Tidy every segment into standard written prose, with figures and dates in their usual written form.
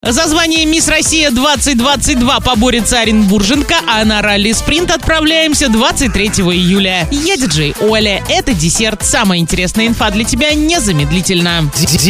За звание «Мисс Россия-2022» поборется оренбурженка, а на ралли-спринт отправляемся 23 июля. Я диджей Оля. Это десерт. Самая интересная инфа для тебя незамедлительно.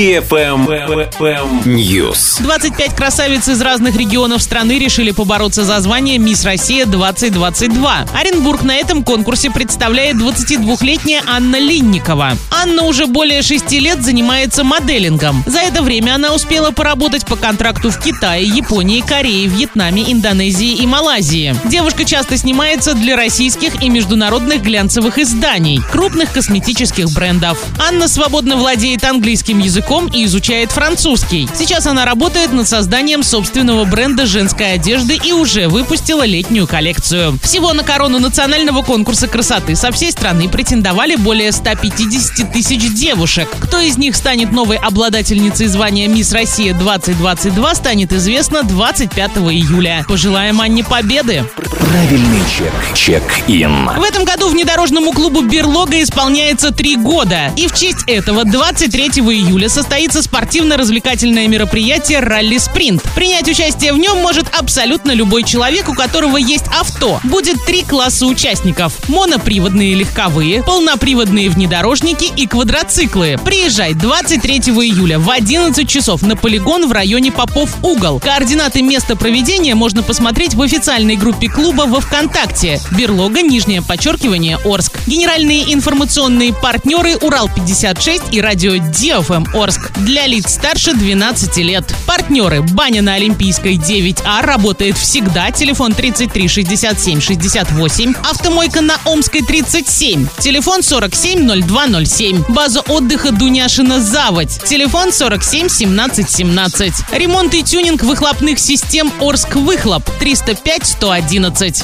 News. 25 красавиц из разных регионов страны решили побороться за звание «Мисс Россия-2022». Оренбург на этом конкурсе представляет 22-летняя Анна Линникова. Анна уже более 6 лет занимается моделингом. За это время она успела поработать по контракту в Китае, Японии, Корее, Вьетнаме, Индонезии и Малайзии. Девушка часто снимается для российских и международных глянцевых изданий, крупных косметических брендов. Анна свободно владеет английским языком и изучает французский. Сейчас она работает над созданием собственного бренда женской одежды и уже выпустила летнюю коллекцию. Всего на корону национального конкурса красоты со всей страны претендовали более 150 тысяч девушек. Кто из них станет новой обладательницей звания «Мисс Россия-2022», станет известно 25 июля. Пожелаем Анне победы. Правильный чек. Чек-ин. В этом году внедорожному клубу «Берлога» исполняется 3 года. И в честь этого 23 июля состоится спортивно-развлекательное мероприятие «Ралли-спринт». Принять участие в нем может абсолютно любой человек, у которого есть авто. Будет 3 класса участников: моноприводные легковые, полноприводные внедорожники и квадроциклы. Приезжай 23 июля в 11 часов на полигон в районе Попов-Угол. Координаты места проведения можно посмотреть в официальной группе клуба во ВКонтакте. Берлога, _, Орск. Генеральные информационные партнеры Урал-56 и радио DFM Орск. Для лиц старше 12 лет. Партнеры: баня на Олимпийской 9А работает всегда. Телефон 33 67 68. Автомойка на Омской 37. Телефон 47 0207. База отдыха Дуняшина Заводь. Телефон 47 17 17. Ремонт и тюнинг выхлопных систем Орск Выхлоп 305 111.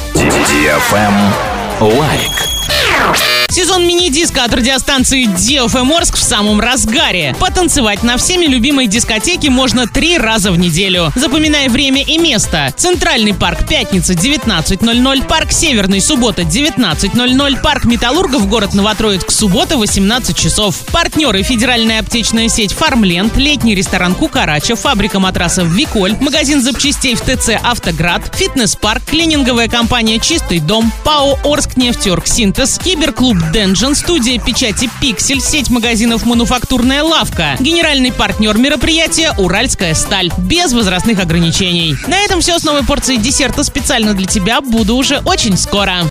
Лайк. Сезон мини-диска от радиостанции DFM Орск в самом разгаре. Потанцевать на всеми любимой дискотеке можно 3 раза в неделю. Запоминай время и место: Центральный парк, пятница, 19:00, парк Северный, суббота, 19:00, парк Металлургов, город Новотроицк, суббота, 18 часов. Партнеры: федеральная аптечная сеть «Фармленд», летний ресторан «Кукарача», фабрика матрасов «Виколь», магазин запчастей в ТЦ «Автоград», фитнес-парк, клининговая компания «Чистый дом», ПАО «Орскнефтеоргсинтез», киберклуб «Денджин», студия печати «Пиксель», сеть магазинов «Мануфактурная лавка». Генеральный партнер мероприятия «Уральская сталь». Без возрастных ограничений. На этом все с новой порцией десерта специально для тебя. Буду уже очень скоро.